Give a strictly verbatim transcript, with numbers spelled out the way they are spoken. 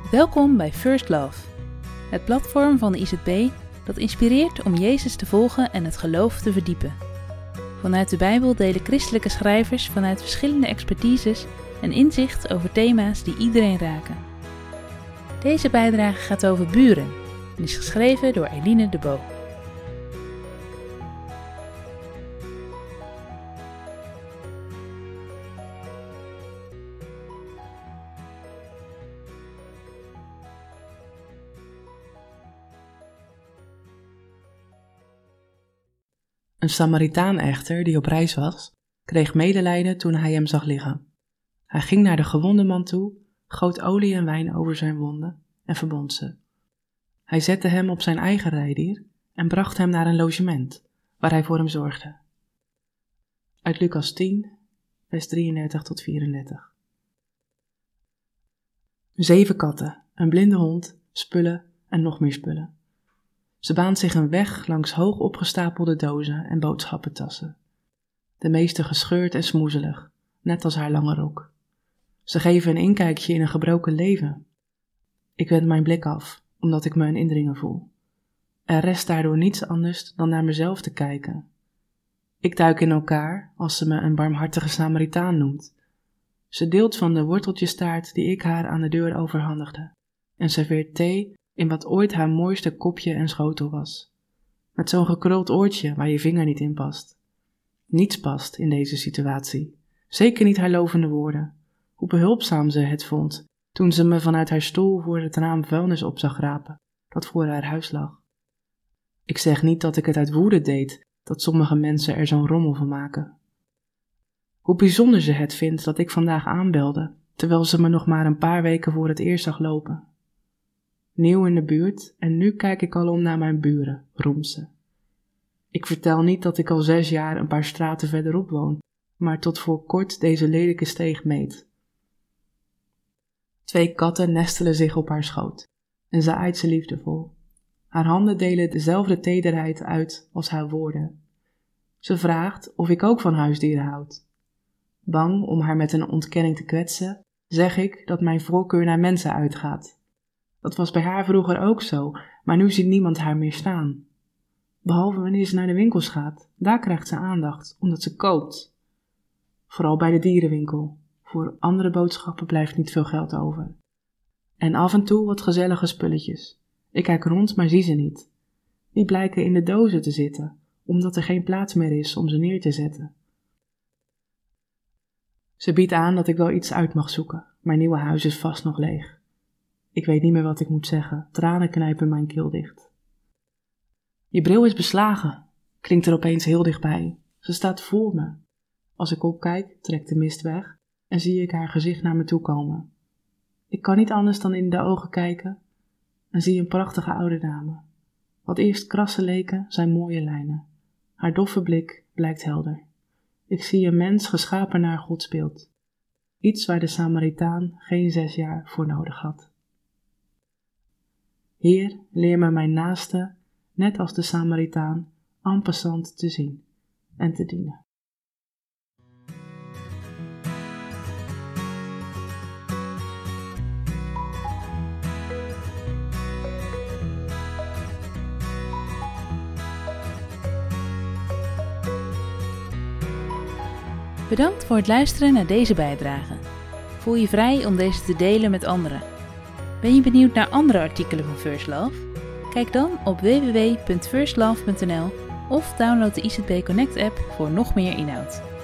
Welkom bij First Love, het platform van de I Z B dat inspireert om Jezus te volgen en het geloof te verdiepen. Vanuit de Bijbel delen christelijke schrijvers vanuit verschillende expertises een inzicht over thema's die iedereen raken. Deze bijdrage gaat over buren en is geschreven door Eline de Bo. Een Samaritaan echter, die op reis was, kreeg medelijden toen hij hem zag liggen. Hij ging naar de gewonde man toe, goot olie en wijn over zijn wonden en verbond ze. Hij zette hem op zijn eigen rijdier en bracht hem naar een logement, waar hij voor hem zorgde. Uit Lucas tien, vers drieëndertig tot vierendertig. Zeven katten, een blinde hond, spullen en nog meer spullen. Ze baant zich een weg langs hoog opgestapelde dozen en boodschappentassen. De meeste gescheurd en smoezelig, net als haar lange rok. Ze geven een inkijkje in een gebroken leven. Ik wend mijn blik af, omdat ik me een indringer voel. Er rest daardoor niets anders dan naar mezelf te kijken. Ik duik in elkaar als ze me een barmhartige Samaritaan noemt. Ze deelt van de worteltjestaart die ik haar aan de deur overhandigde en serveert thee in wat ooit haar mooiste kopje en schotel was. Met zo'n gekruld oortje waar je vinger niet in past. Niets past in deze situatie. Zeker niet haar lovende woorden. Hoe behulpzaam ze het vond toen ze me vanuit haar stoel voor het raam vuilnis op zag rapen dat voor haar huis lag. Ik zeg niet dat ik het uit woede deed dat sommige mensen er zo'n rommel van maken. Hoe bijzonder ze het vindt dat ik vandaag aanbelde, terwijl ze me nog maar een paar weken voor het eerst zag lopen. Nieuw in de buurt en nu kijk ik al om naar mijn buren, roemt ze. Ik vertel niet dat ik al zes jaar een paar straten verderop woon, maar tot voor kort deze lelijke steeg meet. Twee katten nestelen zich op haar schoot en ze aait ze liefdevol. Haar handen delen dezelfde tederheid uit als haar woorden. Ze vraagt of ik ook van huisdieren houd. Bang om haar met een ontkenning te kwetsen, zeg ik dat mijn voorkeur naar mensen uitgaat. Dat was bij haar vroeger ook zo, maar nu ziet niemand haar meer staan. Behalve wanneer ze naar de winkels gaat, daar krijgt ze aandacht, omdat ze koopt. Vooral bij de dierenwinkel. Voor andere boodschappen blijft niet veel geld over. En af en toe wat gezellige spulletjes. Ik kijk rond, maar zie ze niet. Die blijken in de dozen te zitten, omdat er geen plaats meer is om ze neer te zetten. Ze biedt aan dat ik wel iets uit mag zoeken. Mijn nieuwe huis is vast nog leeg. Ik weet niet meer wat ik moet zeggen. Tranen knijpen mijn keel dicht. Je bril is beslagen, klinkt er opeens heel dichtbij. Ze staat voor me. Als ik opkijk, trekt de mist weg en zie ik haar gezicht naar me toe komen. Ik kan niet anders dan in de ogen kijken en zie een prachtige oude dame. Wat eerst krassen leken, zijn mooie lijnen. Haar doffe blik blijkt helder. Ik zie een mens geschapen naar Gods beeld. Iets waar de Samaritaan geen zes jaar voor nodig had. Heer, leer me mijn naaste, net als de Samaritaan, en passant te zien en te dienen. Bedankt voor het luisteren naar deze bijdrage. Voel je vrij om deze te delen met anderen. Ben je benieuwd naar andere artikelen van First Love? Kijk dan op w w w punt first love punt n l of download de I Z B Connect app voor nog meer inhoud.